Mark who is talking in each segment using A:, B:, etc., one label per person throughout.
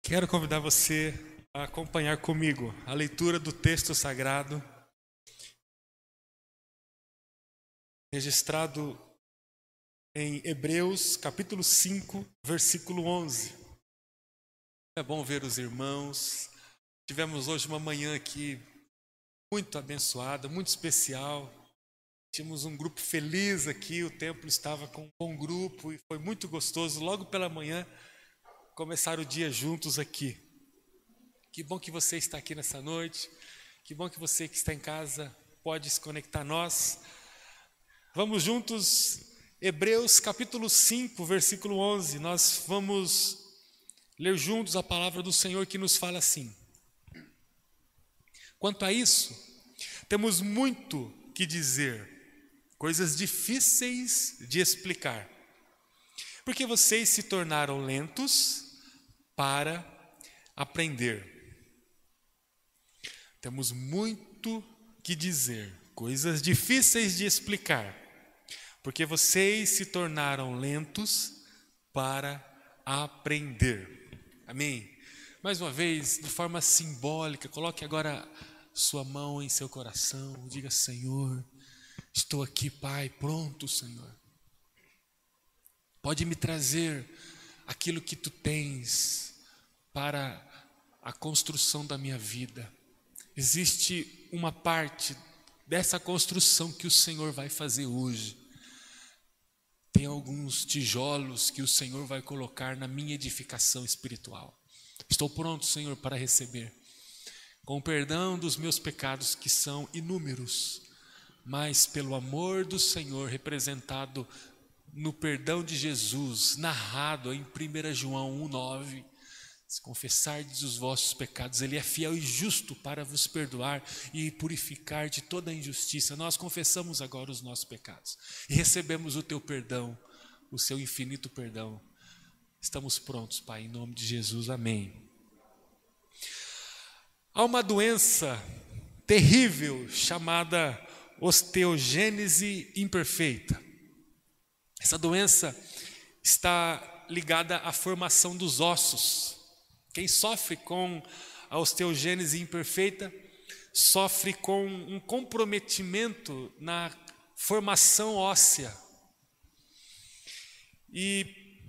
A: Quero convidar você a acompanhar comigo a leitura do texto sagrado, registrado em Hebreus, capítulo 5, versículo 11. É bom ver os irmãos. Tivemos hoje uma manhã aqui muito abençoada, muito especial. Tínhamos um grupo feliz aqui, o templo estava com um bom grupo e foi muito gostoso. Logo pela manhã, começar o dia juntos aqui. Que bom que você está aqui nessa noite. Que bom que você que está em casa pode se conectar a nós. Vamos juntos, Hebreus capítulo 5, versículo 11. Nós vamos ler juntos a palavra do Senhor que nos fala assim: quanto a isso, temos muito que dizer, coisas difíceis de explicar, porque vocês se tornaram lentos para aprender. Temos muito que dizer, coisas difíceis de explicar, porque vocês se tornaram lentos para aprender. Amém? Mais uma vez, de forma simbólica, coloque agora sua mão em seu coração, diga: Senhor, estou aqui, Pai, pronto, Senhor. Pode me trazer aquilo que Tu tens para a construção da minha vida. Existe uma parte dessa construção que o Senhor vai fazer hoje. Tem alguns tijolos que o Senhor vai colocar na minha edificação espiritual. Estou pronto, Senhor, para receber. Com o perdão dos meus pecados, que são inúmeros, mas pelo amor do Senhor, representado no perdão de Jesus, narrado em 1 João 1,9. Se confessardes os vossos pecados, Ele é fiel e justo para vos perdoar e purificar de toda a injustiça. Nós confessamos agora os nossos pecados e recebemos o Teu perdão, o Seu infinito perdão. Estamos prontos, Pai, em nome de Jesus, amém. Há uma doença terrível chamada osteogênese imperfeita. Essa doença está ligada à formação dos ossos. Quem sofre com a osteogênese imperfeita sofre com um comprometimento na formação óssea. E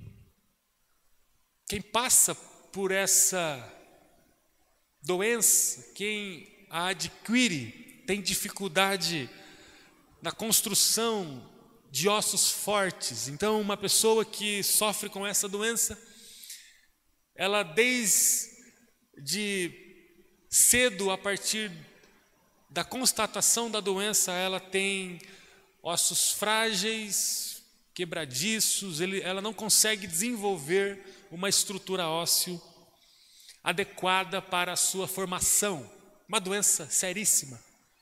A: quem passa por essa doença, quem a adquire, tem dificuldade na construção de ossos fortes. Então, uma pessoa que sofre com essa doença, ela desde cedo, a partir da constatação da doença, ela tem ossos frágeis, quebradiços, ela não consegue desenvolver uma estrutura óssea adequada para a sua formação. Uma doença seríssima.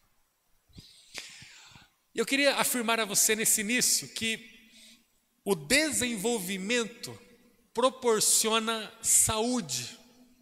A: Eu queria afirmar a você nesse início que o desenvolvimento proporciona saúde.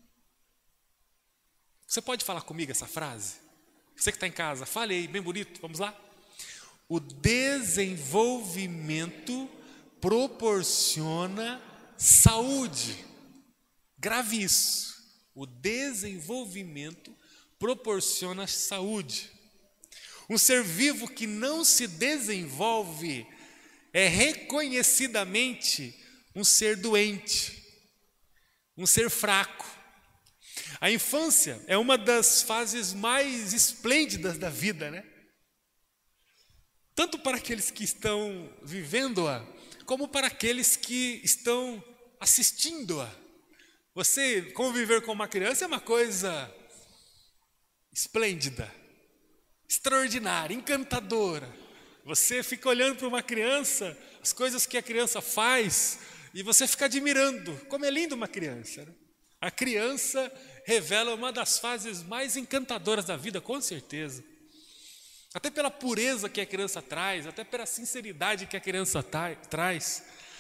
A: Você pode falar comigo essa frase? Você que está em casa, fale aí, bem bonito, vamos lá? O desenvolvimento proporciona saúde. Grave isso. O desenvolvimento proporciona saúde. Um ser vivo que não se desenvolve é reconhecidamente um ser doente, um ser fraco. A infância é uma das fases mais esplêndidas da vida, né? Tanto para aqueles que estão vivendo-a, como para aqueles que estão assistindo-a. Você conviver com uma criança é uma coisa esplêndida, extraordinária, encantadora. Você fica olhando para uma criança, as coisas que a criança faz, e você fica admirando. Como é lindo uma criança, né? A criança revela uma das fases mais encantadoras da vida, com certeza. Até pela pureza que a criança traz, até pela sinceridade que a criança traz.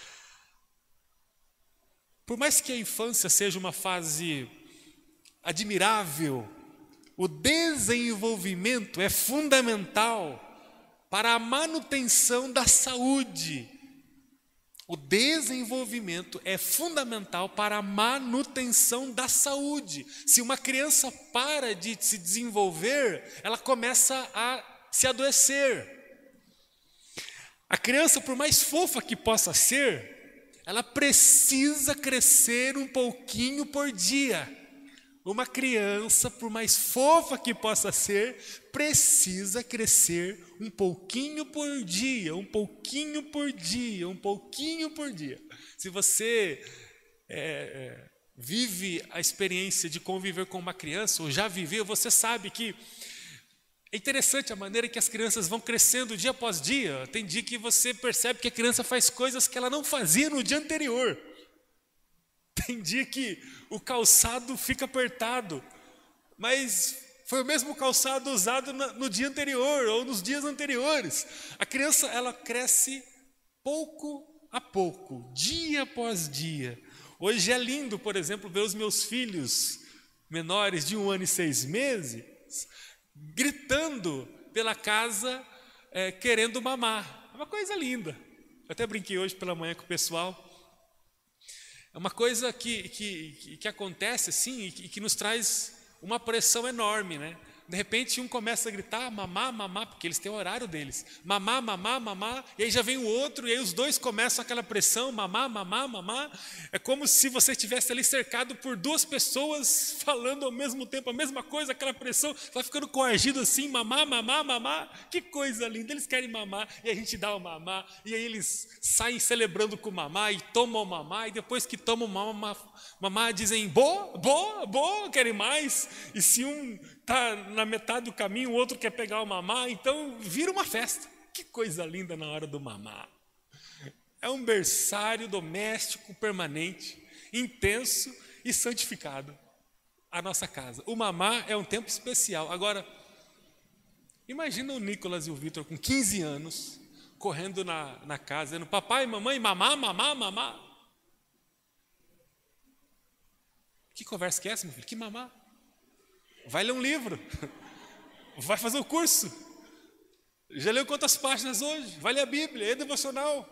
A: Por mais que a infância seja uma fase admirável, o desenvolvimento é fundamental para a manutenção da saúde O desenvolvimento é fundamental para a manutenção da saúde. Se uma criança para de se desenvolver, ela começa a se adoecer. A criança, por mais fofa que possa ser, ela precisa crescer um pouquinho por dia. Uma criança, por mais fofa que possa ser, precisa crescer um pouquinho por dia, um pouquinho por dia, um pouquinho por dia. Se você vive a experiência de conviver com uma criança, ou já viveu, você sabe que é interessante a maneira que as crianças vão crescendo dia após dia. Tem dia que você percebe que a criança faz coisas que ela não fazia no dia anterior. Tem dia que o calçado fica apertado, mas foi o mesmo calçado usado no dia anterior ou nos dias anteriores. A criança, ela cresce pouco a pouco, dia após dia. Hoje é lindo, por exemplo, ver os meus filhos menores de 1 ano e 6 meses gritando pela casa, querendo mamar. É uma coisa linda. Eu até brinquei hoje pela manhã com o pessoal. É uma coisa que acontece assim e que nos traz uma pressão enorme, né? De repente um começa a gritar, mamá, mamá, porque eles têm o horário deles. Mamá, mamá, mamá, e aí já vem o outro, e aí os dois começam aquela pressão, mamá, mamá, mamá. É como se você estivesse ali cercado por 2 pessoas falando ao mesmo tempo a mesma coisa, aquela pressão, vai ficando coagido assim, mamá, mamá, mamá. Que coisa linda, eles querem mamar, e a gente dá o mamá, e aí eles saem celebrando com o mamá, e tomam o mamá, e depois que tomam o mamá dizem, boa, boa, boa, querem mais. E se um está na metade do caminho, o outro quer pegar o mamá, então vira uma festa. Que coisa linda na hora do mamá. É um berçário doméstico permanente, intenso e santificado. A nossa casa. O mamá é um tempo especial. Agora, imagina o Nicolas e o Vitor com 15 anos, correndo na casa, dizendo, papai, mamãe, mamá, mamá, mamá. Que conversa que é essa, meu filho? Que mamá? Vai ler um livro, vai fazer o curso, já leu quantas páginas hoje? Vai ler a Bíblia, é devocional.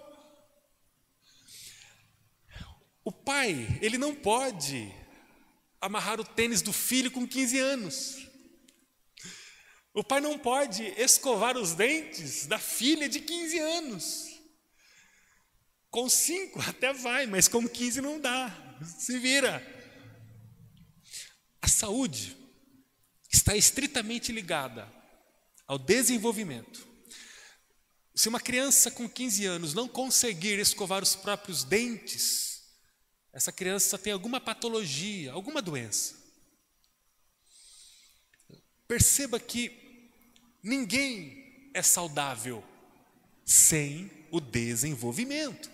A: O pai, ele não pode amarrar o tênis do filho com 15 anos. O pai não pode escovar os dentes da filha de 15 anos. Com 5 até vai, mas com 15 não dá, se vira. A saúde está estritamente ligada ao desenvolvimento. Se uma criança com 15 anos não conseguir escovar os próprios dentes, essa criança tem alguma patologia, alguma doença. Perceba que ninguém é saudável sem o desenvolvimento.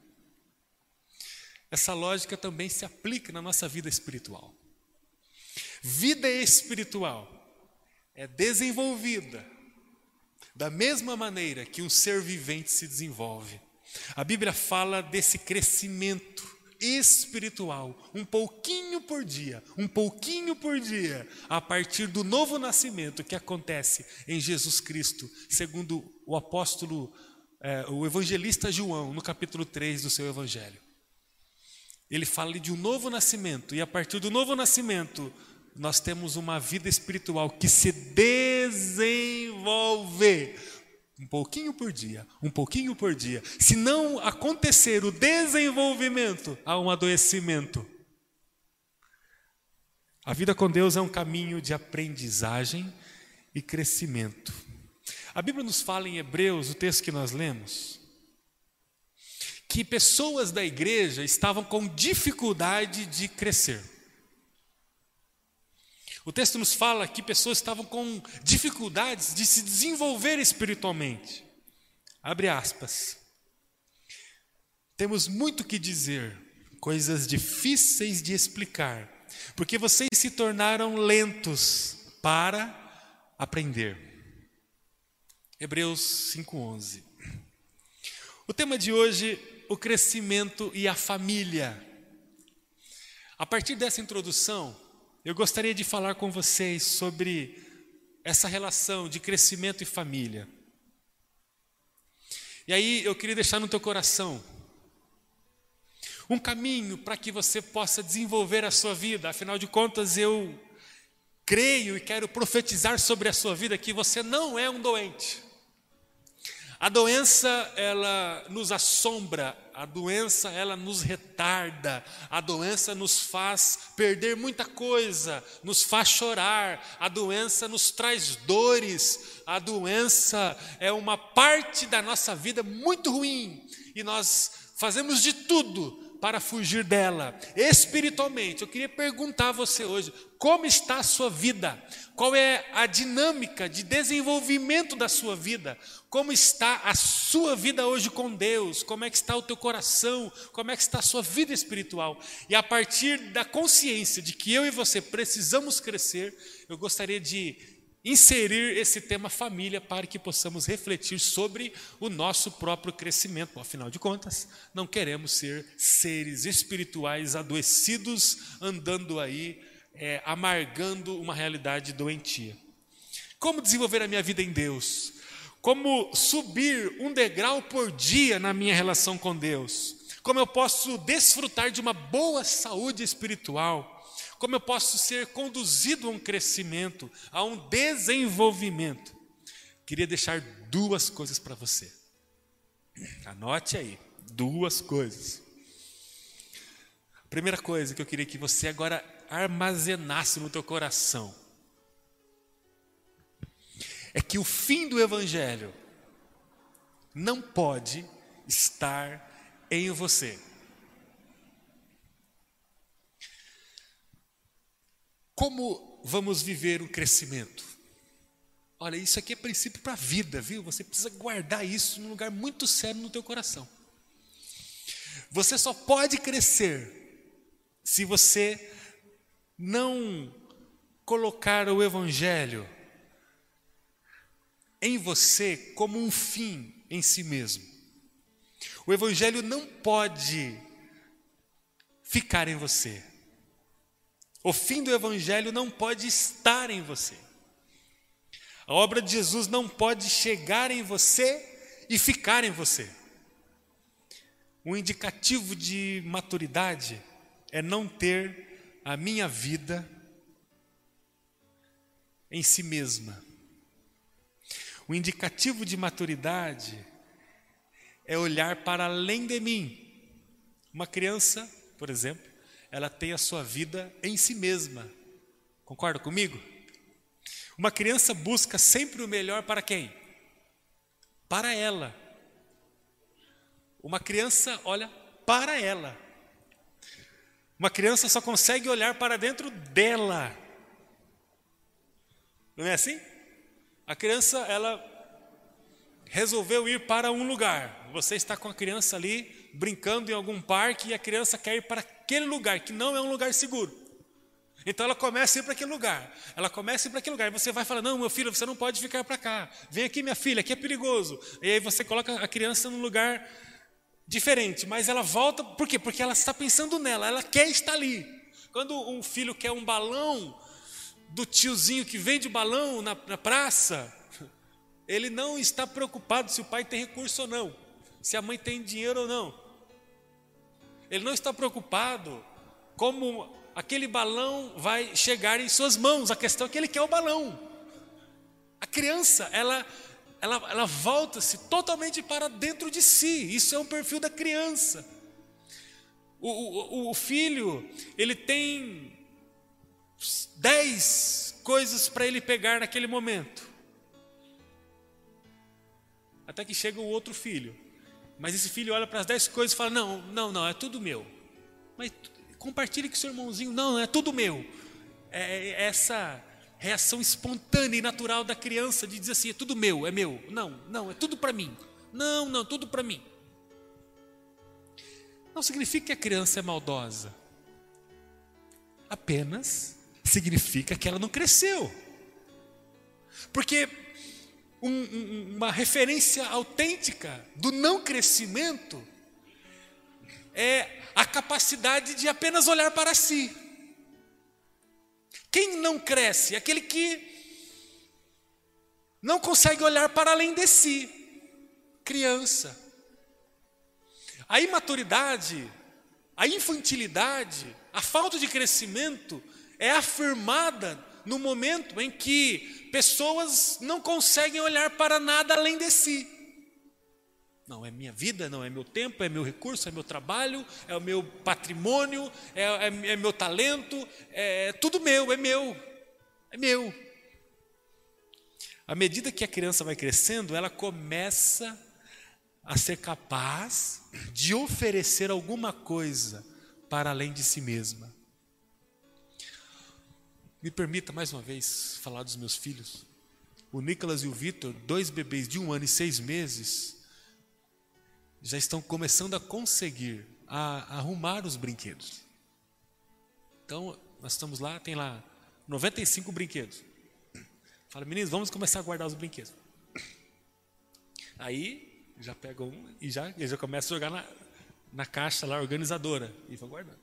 A: Essa lógica também se aplica na nossa vida espiritual. Vida espiritual é desenvolvida da mesma maneira que um ser vivente se desenvolve. A Bíblia fala desse crescimento espiritual, um pouquinho por dia, a partir do novo nascimento que acontece em Jesus Cristo, segundo o apóstolo, o evangelista João, no capítulo 3 do seu evangelho. Ele fala de um novo nascimento, e a partir do novo nascimento, nós temos uma vida espiritual que se desenvolve um pouquinho por dia. Se não acontecer o desenvolvimento, há um adoecimento. A vida com Deus é um caminho de aprendizagem e crescimento. A Bíblia nos fala em Hebreus, o texto que nós lemos, que pessoas da igreja estavam com dificuldade de crescer. O texto nos fala que pessoas estavam com dificuldades de se desenvolver espiritualmente. Abre aspas. Temos muito que dizer, coisas difíceis de explicar, porque vocês se tornaram lentos para aprender. Hebreus 5:11. O tema de hoje, o crescimento e a família. A partir dessa introdução, eu gostaria de falar com vocês sobre essa relação de crescimento e família. E aí eu queria deixar no teu coração um caminho para que você possa desenvolver a sua vida. Afinal de contas, eu creio e quero profetizar sobre a sua vida que você não é um doente. A doença, ela nos assombra, a doença, ela nos retarda, a doença nos faz perder muita coisa, nos faz chorar, a doença nos traz dores, a doença é uma parte da nossa vida muito ruim e nós fazemos de tudo para fugir dela. Espiritualmente, eu queria perguntar a você hoje, como está a sua vida? Qual é a dinâmica de desenvolvimento da sua vida? Como está a sua vida hoje com Deus? Como é que está o teu coração? Como é que está a sua vida espiritual? E a partir da consciência de que eu e você precisamos crescer, eu gostaria de inserir esse tema família para que possamos refletir sobre o nosso próprio crescimento. Bom, afinal de contas, não queremos ser seres espirituais adoecidos, andando aí, amargando uma realidade doentia. Como desenvolver a minha vida em Deus? Como subir um degrau por dia na minha relação com Deus? Como eu posso desfrutar de uma boa saúde espiritual? Como eu posso ser conduzido a um crescimento, a um desenvolvimento? Queria deixar duas coisas para você. Anote aí, duas coisas. A primeira coisa que eu queria que você agora armazenasse no teu coração é que o fim do Evangelho não pode estar em você. Como vamos viver o crescimento? Olha, isso aqui é princípio para a vida, viu? Você precisa guardar isso num lugar muito sério no teu coração. Você só pode crescer se você não colocar o Evangelho em você como um fim em si mesmo. O Evangelho não pode ficar em você. O fim do Evangelho não pode estar em você. A obra de Jesus não pode chegar em você e ficar em você. Um indicativo de maturidade é não ter a minha vida em si mesma. O indicativo de maturidade é olhar para além de mim. Uma criança, por exemplo, ela tem a sua vida em si mesma. Concorda comigo? Uma criança busca sempre o melhor para quem? Para ela. Uma criança olha para ela. Uma criança só consegue olhar para dentro dela. Não é assim? A criança, ela resolveu ir para um lugar. Você está com a criança ali, brincando em algum parque, e a criança quer ir para aquele lugar, que não é um lugar seguro. Então ela começa a ir para aquele lugar. Ela começa a ir para aquele lugar. E você vai falar, não, meu filho, você não pode ficar para cá. Vem aqui, minha filha, aqui é perigoso. E aí você coloca a criança num lugar diferente. Mas ela volta, por quê? Porque ela está pensando nela, ela quer estar ali. Quando um filho quer um balão do tiozinho que vende balão na praça, ele não está preocupado se o pai tem recurso ou não, se a mãe tem dinheiro ou não. Ele não está preocupado como aquele balão vai chegar em suas mãos. A questão é que ele quer o balão. A criança, ela volta-se totalmente para dentro de si. Isso é um perfil da criança. O filho, ele tem 10 coisas para ele pegar naquele momento. Até que chega o outro filho. Mas esse filho olha para as 10 coisas e fala, não, é tudo meu. Mas compartilhe com seu irmãozinho, não, é tudo meu. É essa reação espontânea e natural da criança de dizer assim, é tudo meu, é meu. Não, é tudo para mim. Não, tudo para mim. Não significa que a criança é maldosa. Apenas significa que ela não cresceu. Porque uma referência autêntica do não crescimento é a capacidade de apenas olhar para si. Quem não cresce? Aquele que não consegue olhar para além de si. Criança. A imaturidade, A infantilidade, a falta de crescimento é afirmada no momento em que pessoas não conseguem olhar para nada além de si. Não é minha vida, não é meu tempo, é meu recurso, é meu trabalho, é o meu patrimônio, é meu talento, é tudo meu, é meu, é meu. À medida que a criança vai crescendo, ela começa a ser capaz de oferecer alguma coisa para além de si mesma. Me permita mais uma vez falar dos meus filhos. O Nicolas e o Vitor, 2 bebês de 1 ano e 6 meses, já estão começando a conseguir arrumar os brinquedos. Então, nós estamos lá, tem lá 95 brinquedos. Fala, meninos, vamos começar a guardar os brinquedos. Aí, já pega um e já começa a jogar na caixa lá, organizadora, e vão guardando.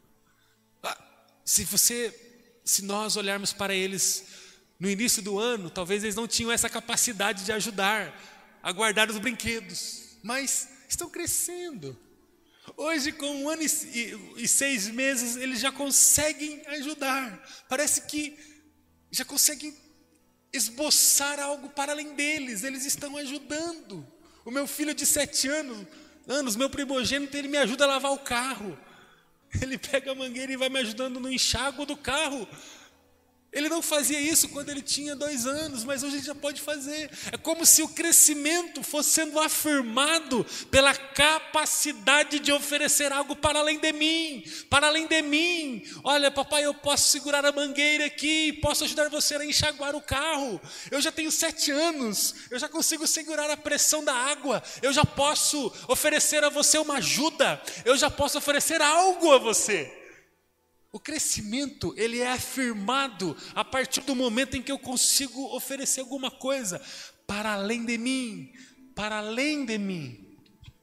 A: Se nós olharmos para eles no início do ano, talvez eles não tinham essa capacidade de ajudar a guardar os brinquedos, mas estão crescendo. Hoje, com 1 ano e 6 meses, eles já conseguem ajudar. Parece que já conseguem esboçar algo para além deles. Eles estão ajudando. O meu filho de 7 anos, meu primogênito, ele me ajuda a lavar o carro. Ele pega a mangueira e vai me ajudando no enxágue do carro. Ele não fazia isso quando ele tinha 2 anos, mas hoje ele já pode fazer. É como se o crescimento fosse sendo afirmado pela capacidade de oferecer algo para além de mim. Para além de mim. Olha, papai, eu posso segurar a mangueira aqui, posso ajudar você a enxaguar o carro. Eu já tenho 7 anos, eu já consigo segurar a pressão da água. Eu já posso oferecer a você uma ajuda. Eu já posso oferecer algo a você. O crescimento, ele é afirmado a partir do momento em que eu consigo oferecer alguma coisa para além de mim, para além de mim.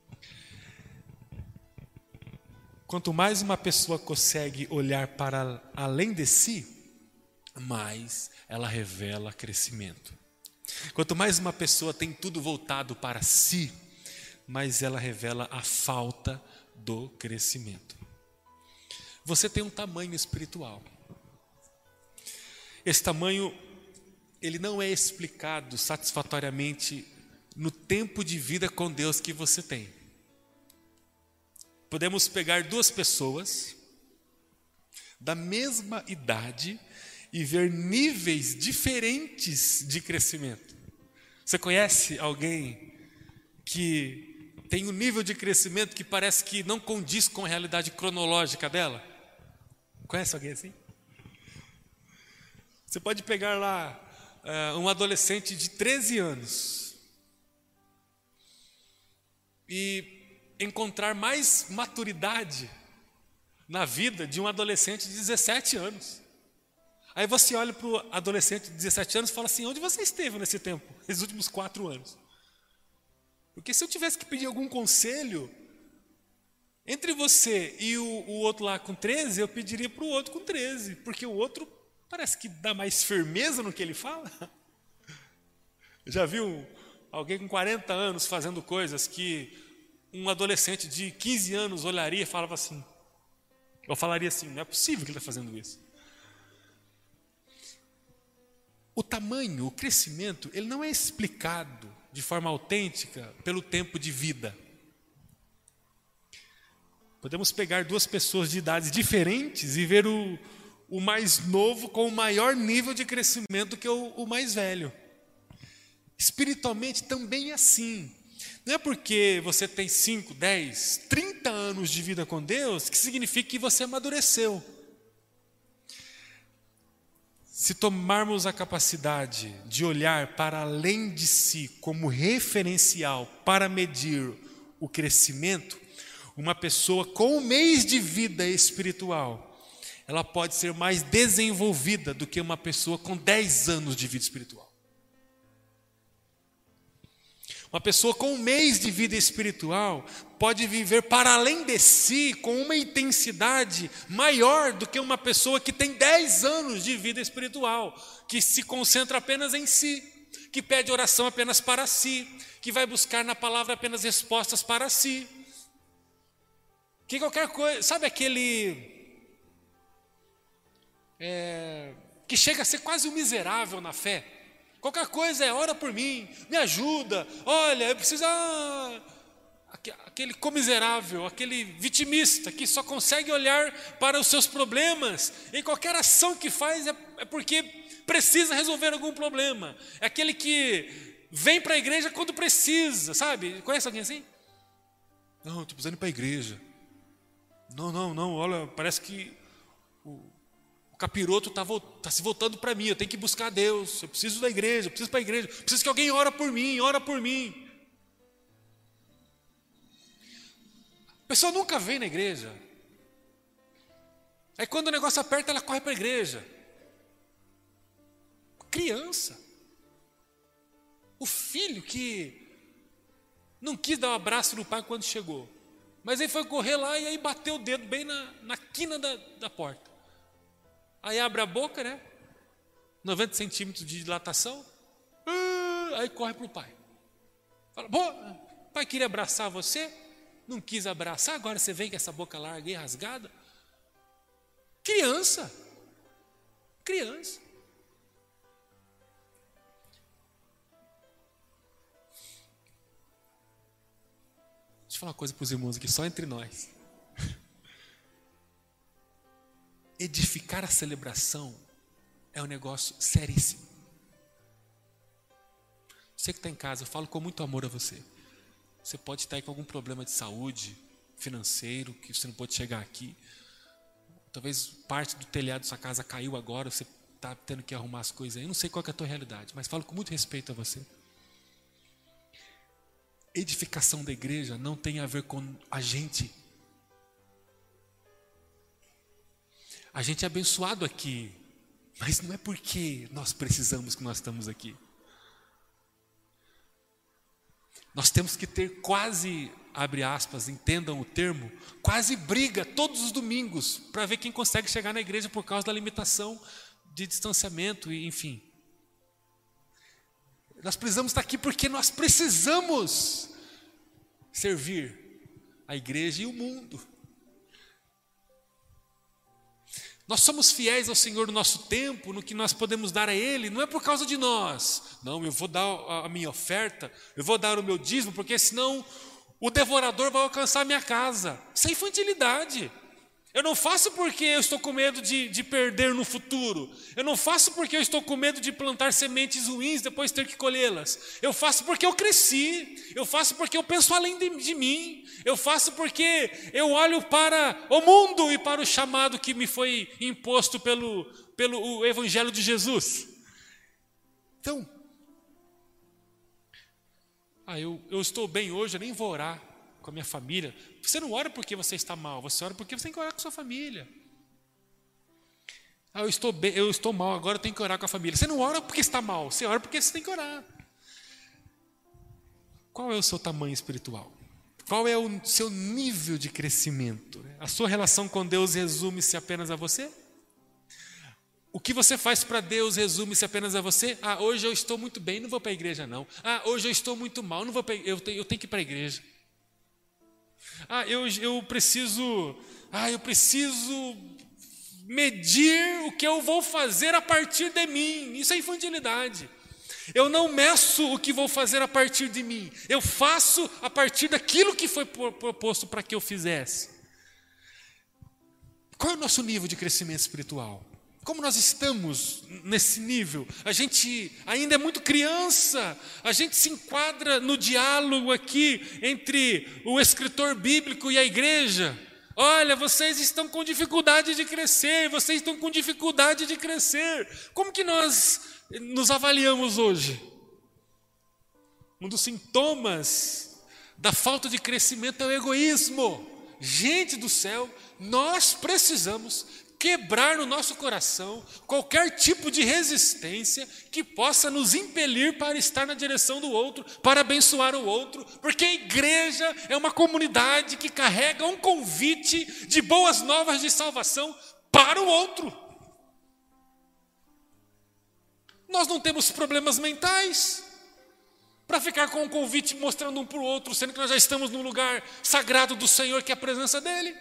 A: Quanto mais uma pessoa consegue olhar para além de si, mais ela revela crescimento. Quanto mais uma pessoa tem tudo voltado para si, mais ela revela a falta do crescimento. Você tem um tamanho espiritual. Esse tamanho, ele não é explicado satisfatoriamente no tempo de vida com Deus que você tem. Podemos pegar 2 pessoas da mesma idade e ver níveis diferentes de crescimento. Você conhece alguém que tem um nível de crescimento que parece que não condiz com a realidade cronológica dela? Conhece alguém assim? Você pode pegar lá um adolescente de 13 anos e encontrar mais maturidade na vida de um adolescente de 17 anos. Aí você olha para o adolescente de 17 anos e fala assim, onde você esteve nesse tempo, nesses últimos 4 anos? Porque se eu tivesse que pedir algum conselho, entre você e o outro lá com 13, eu pediria para o outro com 13, porque o outro parece que dá mais firmeza no que ele fala. Já viu alguém com 40 anos fazendo coisas que um adolescente de 15 anos olharia e falava assim, eu falaria assim, não é possível que ele está fazendo isso. O tamanho, o crescimento, ele não é explicado de forma autêntica pelo tempo de vida. Podemos pegar 2 pessoas de idades diferentes e ver o mais novo com o maior nível de crescimento que o mais velho. Espiritualmente também é assim. Não é porque você tem 5, 10, 30 anos de vida com Deus que significa que você amadureceu. Se tomarmos a capacidade de olhar para além de si como referencial para medir o crescimento, uma pessoa com 1 mês de vida espiritual, ela pode ser mais desenvolvida do que uma pessoa com 10 anos de vida espiritual. Uma pessoa com 1 mês de vida espiritual pode viver para além de si com uma intensidade maior do que uma pessoa que tem 10 anos de vida espiritual, que se concentra apenas em si, que pede oração apenas para si, que vai buscar na palavra apenas respostas para si, Que qualquer coisa, sabe aquele que chega a ser quase um miserável na fé? Qualquer coisa ora por mim, me ajuda, olha, eu preciso... Aquele comiserável, aquele vitimista que só consegue olhar para os seus problemas, em qualquer ação que faz é porque precisa resolver algum problema. É aquele que vem para a igreja quando precisa, sabe? Conhece alguém assim? Não, estou precisando ir para a igreja. Não, olha, parece que o capiroto está se voltando para mim, eu tenho que buscar Deus, eu preciso da igreja, eu preciso ir para a igreja, eu preciso que alguém ore por mim. A pessoa nunca vem na igreja. Aí quando o negócio aperta, ela corre para a igreja. Criança. O filho que não quis dar um abraço no pai quando chegou. Mas aí foi correr lá e aí bateu o dedo bem na quina da porta. Aí abre a boca, né? 90 centímetros de dilatação. Aí corre para o pai. Fala, o pai queria abraçar você, não quis abraçar, agora você vem com essa boca larga e rasgada. Criança. Deixa eu falar uma coisa para os irmãos aqui, só entre nós. Edificar a celebração é um negócio seríssimo. Você que está em casa, eu falo com muito amor a você. Você pode estar aí com algum problema de saúde, financeiro, que você não pode chegar aqui. Talvez parte do telhado da sua casa caiu agora, você está tendo que arrumar as coisas aí. Eu não sei qual é a tua realidade, mas falo com muito respeito a você. Edificação da igreja não tem a ver com a gente. A gente é abençoado aqui, mas não é porque nós precisamos que nós estamos aqui. Nós temos que ter quase, abre aspas, entendam o termo, quase briga todos os domingos para ver quem consegue chegar na igreja por causa da limitação de distanciamento e enfim. Nós precisamos estar aqui porque nós precisamos servir a igreja e o mundo. Nós somos fiéis ao Senhor no nosso tempo, no que nós podemos dar a Ele, não é por causa de nós. Não, eu vou dar a minha oferta, eu vou dar o meu dízimo, porque senão o devorador vai alcançar a minha casa. Isso é infantilidade. Eu não faço porque eu estou com medo de perder no futuro. Eu não faço porque eu estou com medo de plantar sementes ruins e depois ter que colhê-las. Eu faço porque eu cresci. Eu faço porque eu penso além de mim. Eu faço porque eu olho para o mundo e para o chamado que me foi imposto pelo Evangelho de Jesus. Então, eu estou bem hoje, eu nem vou orar com a minha família. Você não ora porque você está mal, você ora porque você tem que orar com a sua família. Eu estou mal, agora eu tenho que orar com a família. Você não ora porque está mal, você ora porque você tem que orar. Qual é o seu tamanho espiritual? Qual é o seu nível de crescimento? A sua relação com Deus resume-se apenas a você? O que você faz para Deus resume-se apenas a você? Hoje eu estou muito bem, não vou para a igreja não. Hoje eu estou muito mal, não vou eu tenho que ir para a igreja. Eu preciso medir o que eu vou fazer a partir de mim. Isso é infantilidade. Eu não meço o que vou fazer a partir de mim. Eu faço a partir daquilo que foi proposto para que eu fizesse. Qual é o nosso nível de crescimento espiritual? Como nós estamos nesse nível? A gente ainda é muito criança, a gente se enquadra no diálogo aqui entre o escritor bíblico e a igreja. Olha, vocês estão com dificuldade de crescer, vocês estão com dificuldade de crescer. Como que nós nos avaliamos hoje? Um dos sintomas da falta de crescimento é o egoísmo. Gente do céu, nós precisamos quebrar no nosso coração qualquer tipo de resistência que possa nos impelir para estar na direção do outro, para abençoar o outro, porque a igreja é uma comunidade que carrega um convite de boas novas de salvação para o outro. Nós não temos problemas mentais, para ficar com o convite mostrando um para o outro, sendo que nós já estamos no lugar sagrado do Senhor, que é a presença dEle.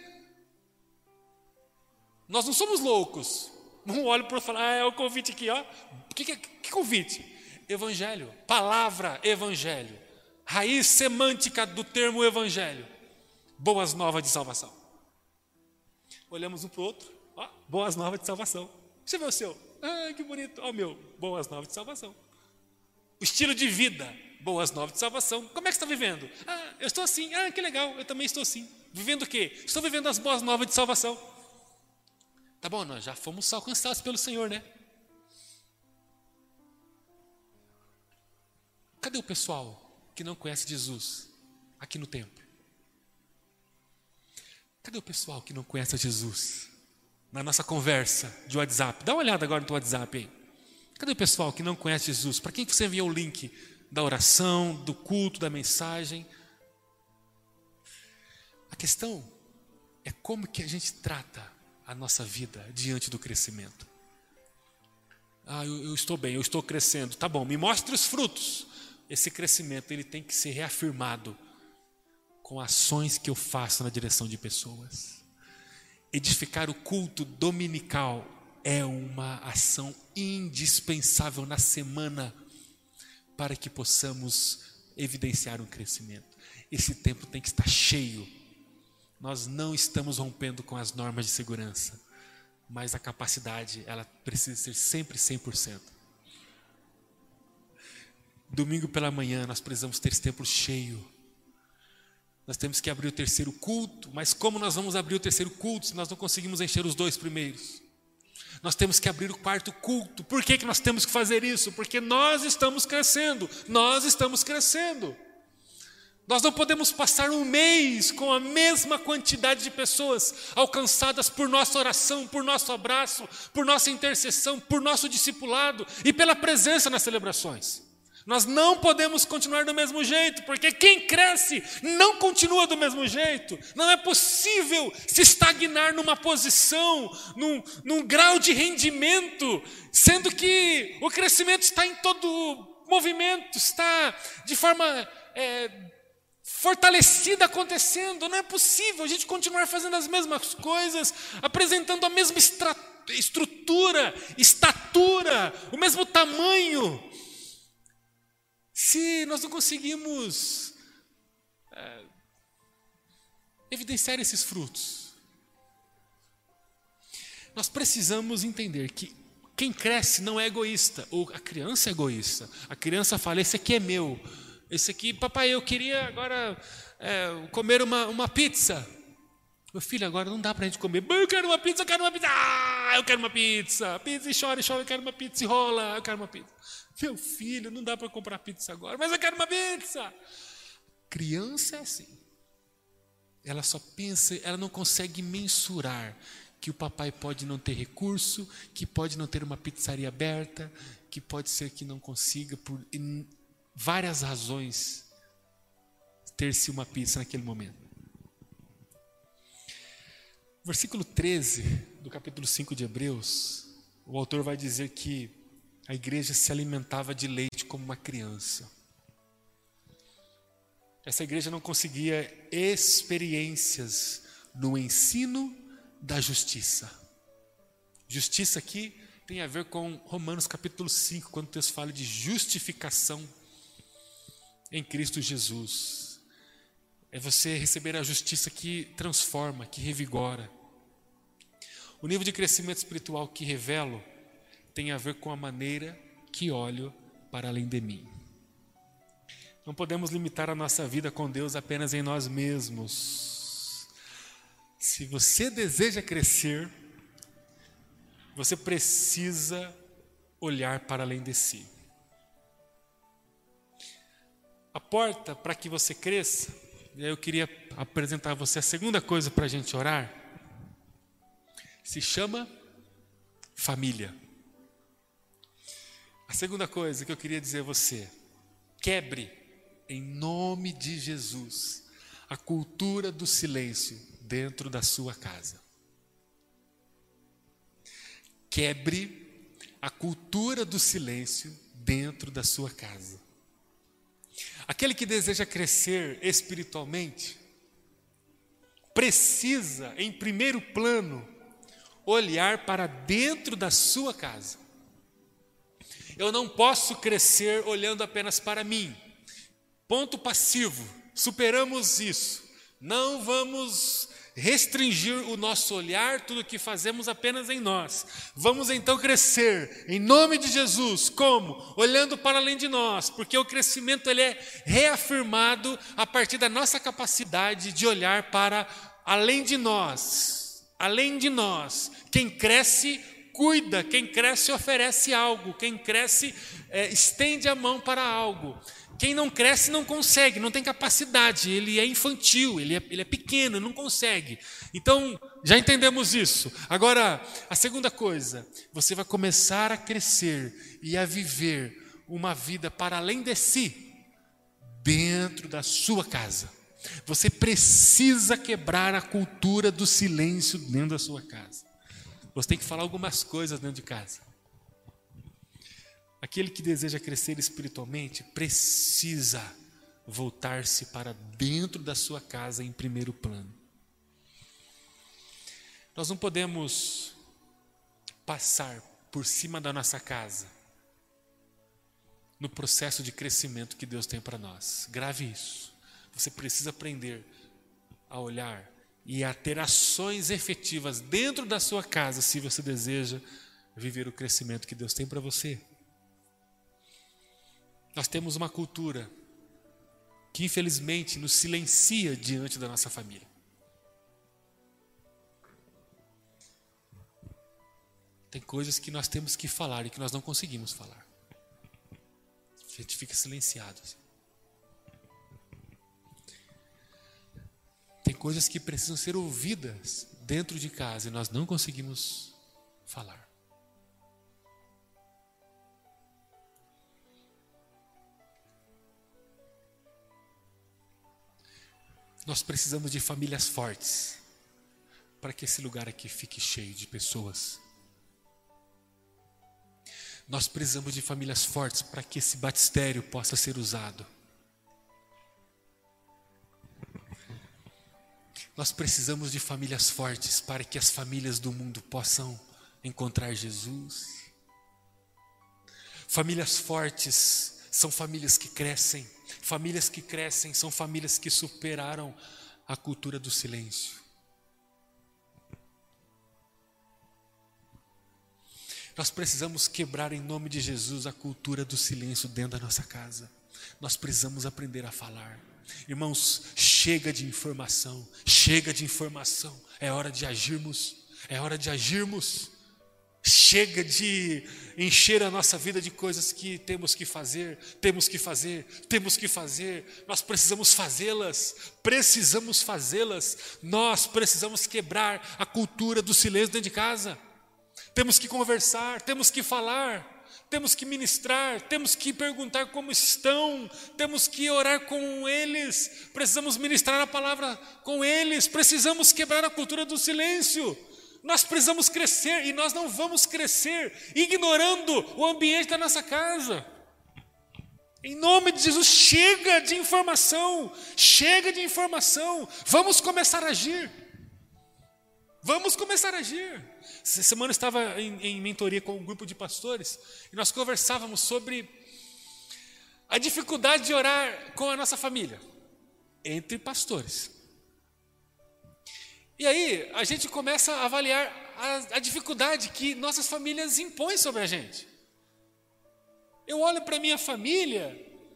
A: Nós não somos loucos. Um olha para o outro e fala, é o convite aqui, ó. Que convite? Evangelho, palavra evangelho. Raiz semântica do termo evangelho. Boas novas de salvação. Olhamos um para o outro, ó, boas novas de salvação. Você vê o seu? Ah, que bonito. Ó, o meu, boas novas de salvação. O estilo de vida, boas novas de salvação. Como é que você está vivendo? Ah, eu estou assim. Ah, que legal, eu também estou assim. Vivendo o quê? Estou vivendo as boas novas de salvação. Tá bom, nós já fomos alcançados pelo Senhor, né? Cadê o pessoal que não conhece Jesus aqui no templo? Cadê o pessoal que não conhece Jesus na nossa conversa de WhatsApp? Dá uma olhada agora no teu WhatsApp aí. Cadê o pessoal que não conhece Jesus? Para quem que você enviou o link da oração, do culto, da mensagem? A questão é como que a gente trata a nossa vida diante do crescimento. Ah, eu estou bem, eu estou crescendo. Tá bom, me mostre os frutos. Esse crescimento ele tem que ser reafirmado com ações que eu faço na direção de pessoas. Edificar o culto dominical é uma ação indispensável na semana para que possamos evidenciar um crescimento. Esse tempo tem que estar cheio. Nós não estamos rompendo com as normas de segurança, mas a capacidade ela precisa ser sempre 100%. Domingo pela manhã nós precisamos ter esse templo cheio. Nós temos que abrir o terceiro culto, mas como nós vamos abrir o terceiro culto se nós não conseguimos encher os 2 primeiros? Nós temos que abrir o 4º culto. Por que nós temos que fazer isso? Porque nós estamos crescendo, nós estamos crescendo. Nós não podemos passar um mês com a mesma quantidade de pessoas alcançadas por nossa oração, por nosso abraço, por nossa intercessão, por nosso discipulado e pela presença nas celebrações. Nós não podemos continuar do mesmo jeito, porque quem cresce não continua do mesmo jeito. Não é possível se estagnar numa posição, num grau de rendimento, sendo que o crescimento está em todo movimento, está de forma fortalecida acontecendo. Não é possível a gente continuar fazendo as mesmas coisas, apresentando a mesma estrutura, estatura, o mesmo tamanho, se nós não conseguimos evidenciar esses frutos. Nós precisamos entender que quem cresce não é egoísta, ou a criança é egoísta. A criança fala, esse aqui é meu, esse aqui, papai, eu queria agora comer uma pizza. Meu filho, agora não dá para a gente comer. Eu quero uma pizza, eu quero uma pizza. Ah, eu quero uma pizza. Pizza e chora, eu quero uma pizza e rola. Eu quero uma pizza. Meu filho, não dá para comprar pizza agora, mas eu quero uma pizza. Criança é assim. Ela só pensa, ela não consegue mensurar que o papai pode não ter recurso, que pode não ter uma pizzaria aberta, que pode ser que não consiga, por várias razões, ter-se uma pizza naquele momento. Versículo 13 do capítulo 5 de Hebreus, o autor vai dizer que a igreja se alimentava de leite como uma criança. Essa igreja não conseguia experiências no ensino da justiça. Justiça aqui tem a ver com Romanos capítulo 5, quando o texto fala de justificação em Cristo Jesus. É você receber a justiça que transforma, que revigora. O nível de crescimento espiritual que revelo tem a ver com a maneira que olho para além de mim. Não podemos limitar a nossa vida com Deus apenas em nós mesmos. Se você deseja crescer, você precisa olhar para além de si. A porta para que você cresça, eu queria apresentar a você a segunda coisa para a gente orar, se chama família. A segunda coisa que eu queria dizer a você, quebre em nome de Jesus a cultura do silêncio dentro da sua casa. Quebre a cultura do silêncio dentro da sua casa. Aquele que deseja crescer espiritualmente precisa, em primeiro plano, olhar para dentro da sua casa. Eu não posso crescer olhando apenas para mim. Ponto passivo. Superamos isso. Não vamos restringir o nosso olhar, tudo o que fazemos apenas em nós. Vamos então crescer em nome de Jesus. Como? Olhando para além de nós, porque o crescimento ele é reafirmado a partir da nossa capacidade de olhar para além de nós. Além de nós. Quem cresce, cuida. Quem cresce, oferece algo. Quem cresce, estende a mão para algo. Quem não cresce não consegue, não tem capacidade, ele é infantil, ele é pequeno, não consegue. Então, já entendemos isso. Agora, a segunda coisa, você vai começar a crescer e a viver uma vida para além de si, dentro da sua casa. Você precisa quebrar a cultura do silêncio dentro da sua casa. Você tem que falar algumas coisas dentro de casa. Aquele que deseja crescer espiritualmente precisa voltar-se para dentro da sua casa em primeiro plano. Nós não podemos passar por cima da nossa casa no processo de crescimento que Deus tem para nós. Grave isso. Você precisa aprender a olhar e a ter ações efetivas dentro da sua casa se você deseja viver o crescimento que Deus tem para você. Nós temos uma cultura que infelizmente nos silencia diante da nossa família. Tem coisas que nós temos que falar e que nós não conseguimos falar. A gente fica silenciado. Tem coisas que precisam ser ouvidas dentro de casa e nós não conseguimos falar. Nós precisamos de famílias fortes para que esse lugar aqui fique cheio de pessoas. Nós precisamos de famílias fortes para que esse batistério possa ser usado. Nós precisamos de famílias fortes para que as famílias do mundo possam encontrar Jesus. Famílias fortes são famílias que crescem. Famílias que crescem são famílias que superaram a cultura do silêncio. Nós precisamos quebrar em nome de Jesus a cultura do silêncio dentro da nossa casa. Nós precisamos aprender a falar. Irmãos, chega de informação, é hora de agirmos, Chega de encher a nossa vida de coisas que temos que fazer. Nós precisamos fazê-las. Nós precisamos quebrar a cultura do silêncio dentro de casa. Temos que conversar, temos que falar, temos que ministrar, temos que perguntar como estão, temos que orar com eles, precisamos ministrar a palavra com eles, precisamos quebrar a cultura do silêncio. Nós precisamos crescer e nós não vamos crescer ignorando o ambiente da nossa casa. Em nome de Jesus, chega de informação, vamos começar a agir. Essa semana eu estava em mentoria com um grupo de pastores e nós conversávamos sobre a dificuldade de orar com a nossa família, entre pastores. E aí a gente começa a avaliar a dificuldade que nossas famílias impõem sobre a gente. Eu olho para a minha família,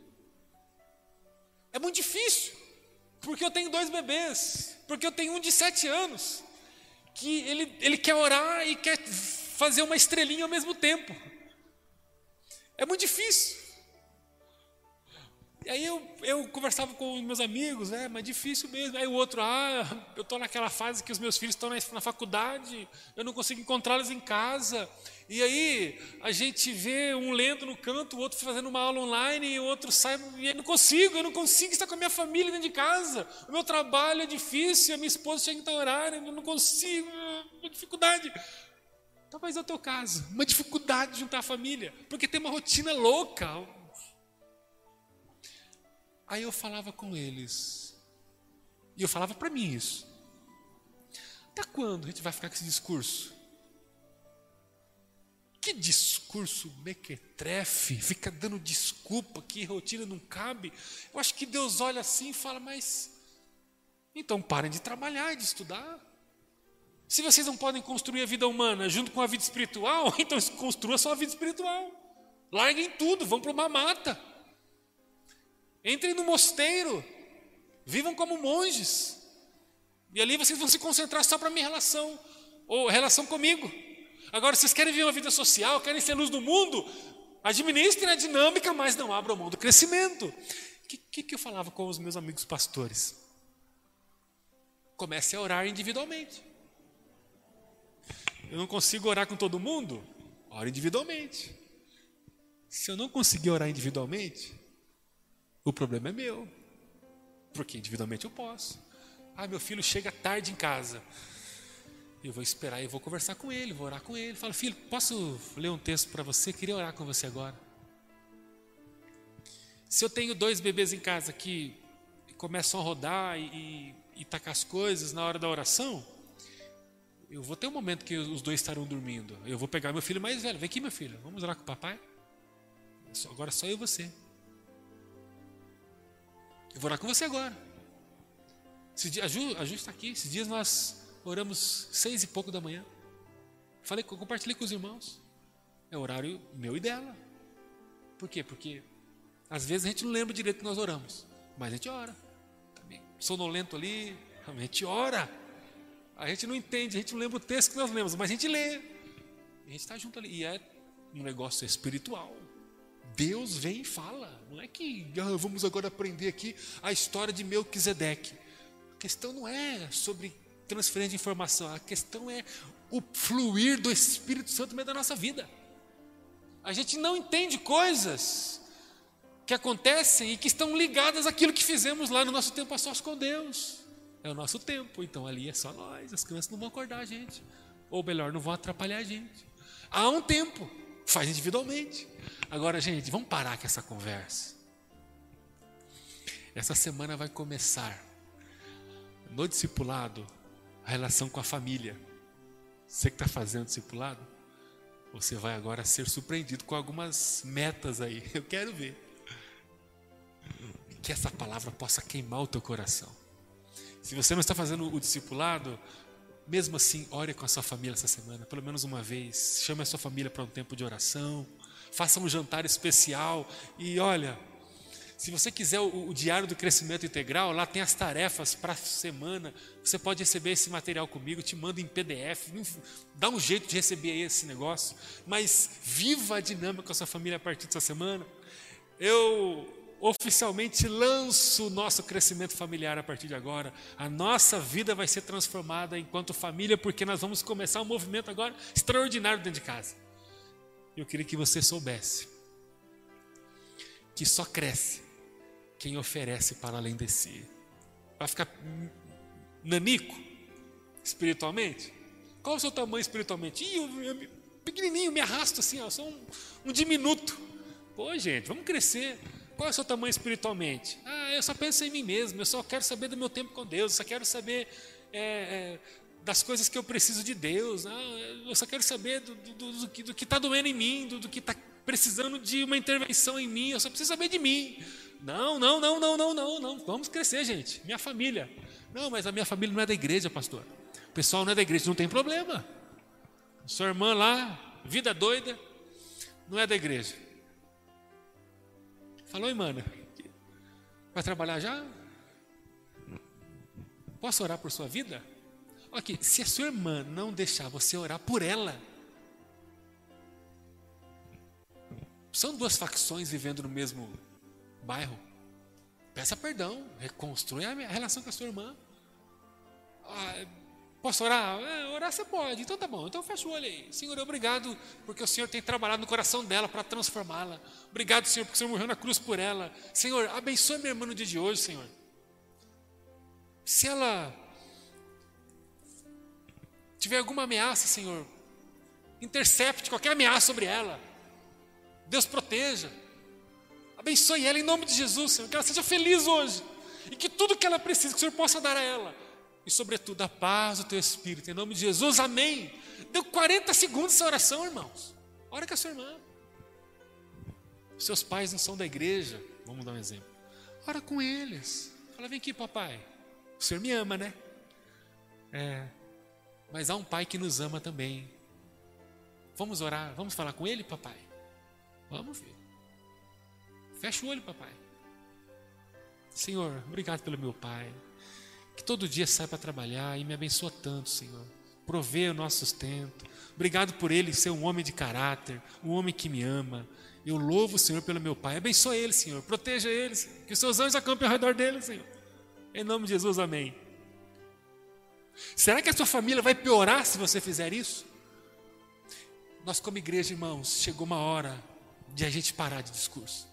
A: é muito difícil, porque eu tenho 2 bebês, porque eu tenho um de 7 anos, que ele quer orar e quer fazer uma estrelinha ao mesmo tempo. É muito difícil. E aí eu conversava com os meus amigos, mas difícil mesmo. Aí o outro, eu estou naquela fase que os meus filhos estão na faculdade, eu não consigo encontrá-los em casa. E aí a gente vê um lendo no canto, o outro fazendo uma aula online, e o outro sai, e eu não consigo estar com a minha família dentro de casa. O meu trabalho é difícil, a minha esposa chega em tal horário, eu não consigo, uma dificuldade. Talvez é o teu caso, uma dificuldade de juntar a família, porque tem uma rotina louca. Aí eu falava com eles, e eu falava para mim isso. Até quando a gente vai ficar com esse discurso? Que discurso mequetrefe, fica dando desculpa, que rotina não cabe. Eu acho que Deus olha assim e fala, mas então parem de trabalhar e de estudar. Se vocês não podem construir a vida humana junto com a vida espiritual, então construa só a vida espiritual. Larguem tudo, vão para uma mata. Entrem no mosteiro, vivam como monges. E ali vocês vão se concentrar só para a minha relação, ou relação comigo. Agora, vocês querem viver uma vida social, querem ser luz do mundo, administrem a dinâmica, mas não abram mão do crescimento. O que eu falava com os meus amigos pastores? Comece a orar individualmente. Eu não consigo orar com todo mundo? Ore individualmente. Se eu não conseguir orar individualmente, o problema é meu, porque individualmente eu posso. Meu filho chega tarde em casa. Eu vou esperar e vou conversar com ele, vou orar com ele. Falo, filho, posso ler um texto para você? Queria orar com você agora. Se eu tenho 2 bebês em casa que começam a rodar e tacar as coisas na hora da oração, eu vou ter um momento que os 2 estarão dormindo. Eu vou pegar meu filho mais velho. Vem aqui, meu filho, vamos orar com o papai? Agora só eu e você. Eu vou orar com você agora. A Ju está aqui. Esses dias nós oramos 6 e pouco da manhã. Compartilhei com os irmãos. É o horário meu e dela. Por quê? Porque às vezes a gente não lembra direito que nós oramos, mas a gente ora. Também sonolento ali, a gente ora. A gente não entende, a gente não lembra o texto que nós lemos, mas a gente lê. A gente está junto ali. E é um negócio espiritual. Deus vem e fala. Não é que vamos agora aprender aqui a história de Melquisedeque. A questão não é sobre transferência de informação. A questão é o fluir do Espírito Santo no meio da nossa vida. A gente não entende coisas que acontecem e que estão ligadas àquilo que fizemos lá no nosso tempo a sós com Deus. É o nosso tempo, então ali é só nós. As crianças não vão acordar a gente. Ou melhor, não vão atrapalhar a gente. Há um tempo, faz individualmente. Agora, gente, vamos parar com essa conversa. Essa semana vai começar no discipulado a relação com a família. Você que está fazendo discipulado, você vai agora ser surpreendido com algumas metas aí. Eu quero ver. Que essa palavra possa queimar o teu coração. Se você não está fazendo o discipulado, mesmo assim, ore com a sua família essa semana, pelo menos uma vez. Chame a sua família para um tempo de oração. Faça um jantar especial. E olha, se você quiser o Diário do Crescimento Integral, lá tem as tarefas para a semana. Você pode receber esse material comigo, te mando em PDF. Dá um jeito de receber esse negócio. Mas viva a dinâmica com a sua família a partir dessa semana. Eu oficialmente lanço o nosso crescimento familiar a partir de agora. A nossa vida vai ser transformada enquanto família, porque nós vamos começar um movimento agora extraordinário dentro de casa. Eu queria que você soubesse que só cresce quem oferece para além de si. Vai ficar nanico espiritualmente? Qual o seu tamanho espiritualmente? Eu pequenininho, me arrasto assim, ó, sou um diminuto. Pô, gente, vamos crescer. Qual é o seu tamanho espiritualmente? Eu só penso em mim mesmo, eu só quero saber do meu tempo com Deus, eu só quero saber das coisas que eu preciso de Deus, eu só quero saber do que está doendo em mim, do que está precisando de uma intervenção em mim, eu só preciso saber de mim. Não, vamos crescer, gente, minha família. Não, mas a minha família não é da igreja, pastor. O pessoal não é da igreja, não tem problema. Sua irmã lá, vida doida, não é da igreja. Falou, irmã, vai trabalhar já? Posso orar por sua vida? Ok, se a sua irmã não deixar você orar por ela, são 2 facções vivendo no mesmo bairro. Peça perdão, reconstrui a relação com a sua irmã. Posso orar? Orar você pode, então tá bom, então fecha o olho aí. Senhor, obrigado porque o Senhor tem trabalhado no coração dela para transformá-la. Obrigado, Senhor, porque o Senhor morreu na cruz por ela. Senhor, abençoe minha irmã no dia de hoje, Senhor. Se ela tiver alguma ameaça, Senhor, intercepte qualquer ameaça sobre ela. Deus proteja. Abençoe ela em nome de Jesus, Senhor, que ela seja feliz hoje. E que tudo que ela precisa, que o Senhor possa dar a ela. E sobretudo a paz do teu Espírito, em nome de Jesus, amém. Deu 40 segundos essa oração, irmãos. Ora com a sua irmã. Os seus pais não são da igreja, vamos dar um exemplo. Ora com eles. Fala, vem aqui, papai. O Senhor me ama, né? Mas há um pai que nos ama também. Vamos orar, vamos falar com ele, papai? Vamos, filho. Fecha o olho, papai. Senhor, obrigado pelo meu pai, que todo dia sai para trabalhar e me abençoa tanto, Senhor. Provê o nosso sustento. Obrigado por ele ser um homem de caráter, um homem que me ama. Eu louvo o Senhor pelo meu pai. Abençoe ele, Senhor. Proteja ele, Senhor. Que os seus anjos acampem ao redor dele, Senhor. Em nome de Jesus, amém. Será que a sua família vai piorar se você fizer isso? Nós como igreja, irmãos, chegou uma hora de a gente parar de discurso.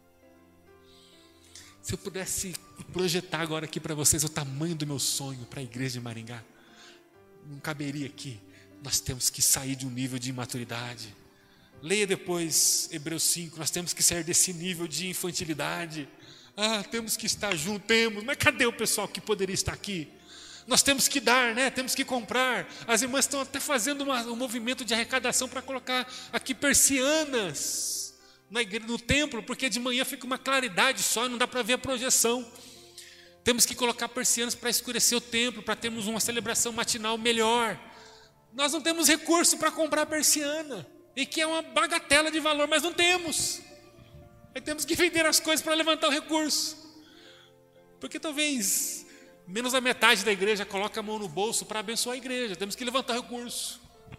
A: Se eu pudesse projetar agora aqui para vocês o tamanho do meu sonho para a igreja de Maringá, não caberia aqui. Nós temos que sair de um nível de imaturidade. Leia depois Hebreus 5, nós temos que sair desse nível de infantilidade. Temos que estar juntos, mas cadê o pessoal que poderia estar aqui? Nós temos que dar, né? Temos que comprar. As irmãs estão até fazendo um movimento de arrecadação para colocar aqui persianas na igreja, no templo, porque de manhã fica uma claridade só e não dá para ver a projeção. Temos que colocar persianas para escurecer o templo, para termos uma celebração matinal melhor. Nós não temos recurso para comprar persiana, e que é uma bagatela de valor, mas não temos. Aí temos que vender as coisas para levantar o recurso. Porque talvez menos da metade da igreja coloca a mão no bolso para abençoar a igreja. Temos que levantar recurso.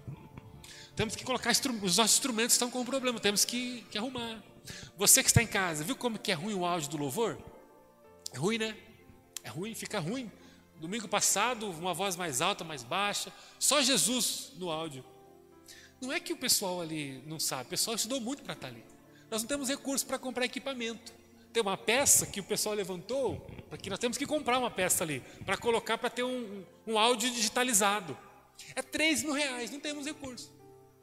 A: Temos que colocar os nossos instrumentos estão com um problema, temos que arrumar. Você que está em casa, viu como que é ruim o áudio do louvor? É ruim, né? É ruim, fica ruim. Domingo passado, uma voz mais alta, mais baixa, só Jesus no áudio. Não é que o pessoal ali não sabe, o pessoal estudou muito para estar ali. Nós não temos recursos para comprar equipamento. Tem uma peça que o pessoal levantou, porque nós temos que comprar uma peça ali, para colocar, para ter um áudio digitalizado. É R$3.000, não temos recursos.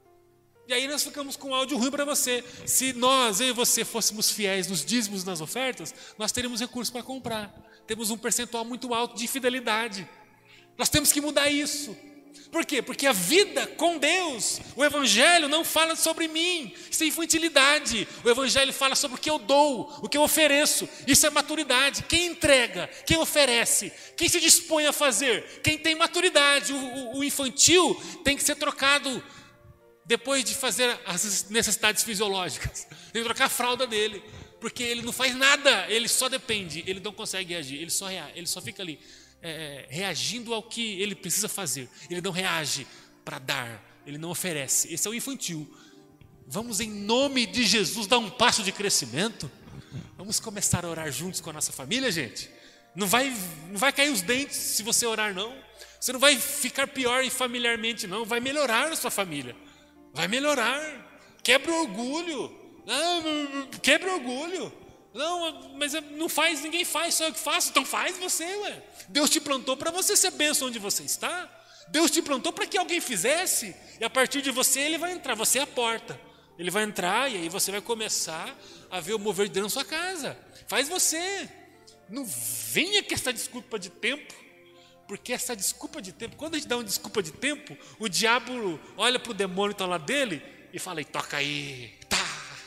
A: E aí nós ficamos com um áudio ruim para você. Se nós, eu e você, fôssemos fiéis nos dízimos, nas ofertas, nós teríamos recursos para comprar. Temos um percentual muito alto de fidelidade. Nós temos que mudar isso. Por quê? Porque a vida com Deus, o Evangelho não fala sobre mim, isso é infantilidade. O Evangelho fala sobre o que eu dou, o que eu ofereço. Isso é maturidade. Quem entrega, quem oferece, quem se dispõe a fazer, quem tem maturidade. O infantil tem que ser trocado depois de fazer as necessidades fisiológicas. Tem que trocar a fralda dele, porque ele não faz nada, ele só depende, ele não consegue reagir, ele só fica ali reagindo ao que ele precisa fazer. Ele não reage para dar, ele não oferece. Esse é o infantil. Vamos, em nome de Jesus, dar um passo de crescimento. Vamos começar a orar juntos com a nossa família, gente. Não vai cair os dentes se você orar, não. Você não vai ficar pior familiarmente, não. Vai melhorar a sua família. Vai melhorar. Quebra o orgulho. Não, quebra o orgulho. Não, mas não faz, ninguém faz, só eu que faço. Então faz você, ué. Deus te plantou para você ser bênção onde você está. Deus te plantou para que alguém fizesse. E a partir de você ele vai entrar. Você é a porta. Ele vai entrar e aí você vai começar a ver o mover de Deus na sua casa. Faz você. Não venha com essa desculpa de tempo. Porque essa desculpa de tempo, quando a gente dá uma desculpa de tempo, o diabo olha para o demônio que está lá dele e fala, toca aí, tá.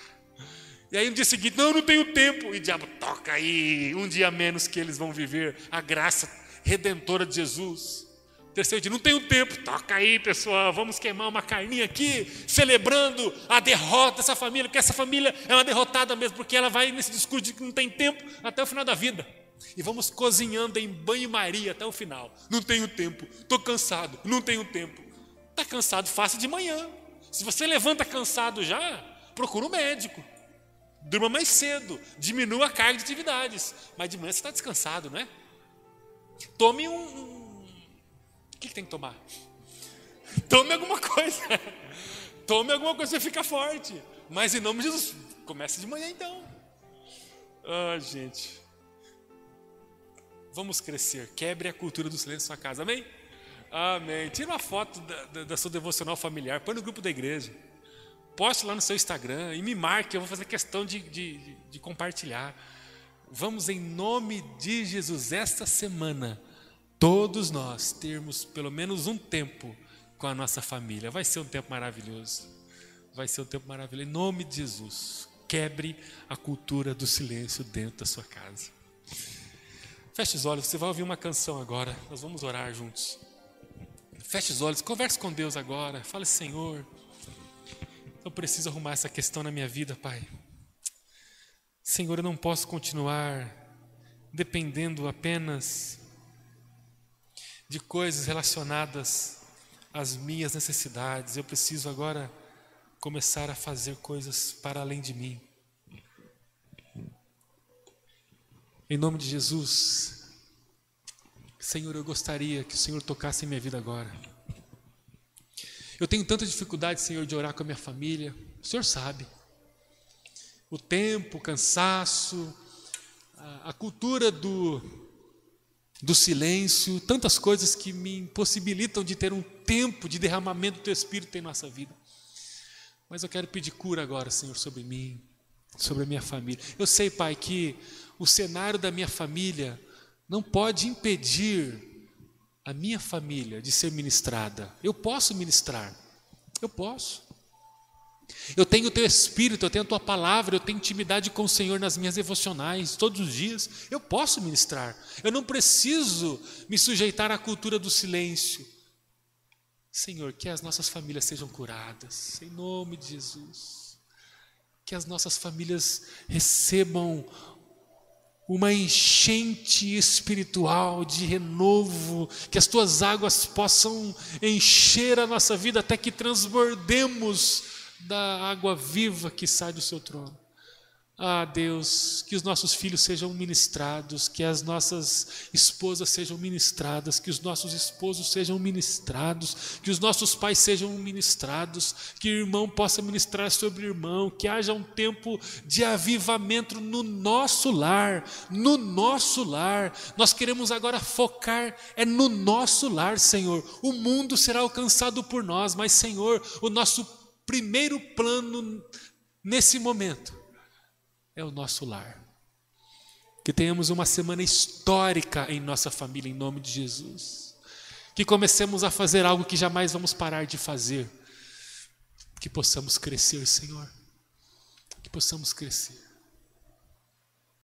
A: E aí no dia seguinte, não tenho tempo. E o diabo, toca aí, um dia menos que eles vão viver a graça redentora de Jesus. Terceiro dia, não tenho tempo, toca aí pessoal, vamos queimar uma carninha aqui, celebrando a derrota dessa família, porque essa família é uma derrotada mesmo, porque ela vai nesse discurso de que não tem tempo até o final da vida. E vamos cozinhando em banho-maria até o final. Não tenho tempo, estou cansado, não tenho tempo. Está cansado, faça de manhã. Se você levanta cansado já, procura um médico. Durma mais cedo, diminua a carga de atividades. Mas de manhã você está descansado, não é? Tome O que tem que tomar? Tome alguma coisa. Tome alguma coisa para você ficar forte. Mas em nome de Jesus, comece de manhã então. Gente. Vamos crescer. Quebre a cultura do silêncio na sua casa. Amém? Amém. Tira uma foto da sua devocional familiar. Põe no grupo da igreja. Poste lá no seu Instagram e me marque, eu vou fazer questão de compartilhar. Vamos, em nome de Jesus, esta semana, todos nós termos pelo menos um tempo com a nossa família. Vai ser um tempo maravilhoso. Vai ser um tempo maravilhoso. Em nome de Jesus, quebre a cultura do silêncio dentro da sua casa. Feche os olhos, você vai ouvir uma canção agora. Nós vamos orar juntos. Feche os olhos, converse com Deus agora. Fale, Senhor, eu preciso arrumar essa questão na minha vida, Pai. Senhor, eu não posso continuar dependendo apenas de coisas relacionadas às minhas necessidades. Eu preciso agora começar a fazer coisas para além de mim. Em nome de Jesus, Senhor, eu gostaria que o Senhor tocasse em minha vida agora. Eu tenho tanta dificuldade, Senhor, de orar com a minha família. O Senhor sabe. O tempo, o cansaço, a cultura do silêncio, tantas coisas que me impossibilitam de ter um tempo de derramamento do Teu Espírito em nossa vida. Mas eu quero pedir cura agora, Senhor, sobre mim, sobre a minha família. Eu sei, Pai, que o cenário da minha família não pode impedir a minha família de ser ministrada. Eu posso ministrar, eu posso. Eu tenho o Teu Espírito, eu tenho a Tua Palavra, eu tenho intimidade com o Senhor nas minhas devocionais, todos os dias. Eu posso ministrar, eu não preciso me sujeitar à cultura do silêncio. Senhor, que as nossas famílias sejam curadas, em nome de Jesus. Que as nossas famílias recebam uma enchente espiritual de renovo, que as Tuas águas possam encher a nossa vida até que transbordemos da água viva que sai do Seu trono. Ah, Deus, que os nossos filhos sejam ministrados, que as nossas esposas sejam ministradas, que os nossos esposos sejam ministrados, que os nossos pais sejam ministrados, que o irmão possa ministrar sobre o irmão, que haja um tempo de avivamento no nosso lar, no nosso lar. Nós queremos agora focar no nosso lar, Senhor. O mundo será alcançado por nós, mas, Senhor, o nosso primeiro plano nesse momento é o nosso lar. Que tenhamos uma semana histórica em nossa família, em nome de Jesus. Que comecemos a fazer algo que jamais vamos parar de fazer. Que possamos crescer, Senhor. Que possamos crescer.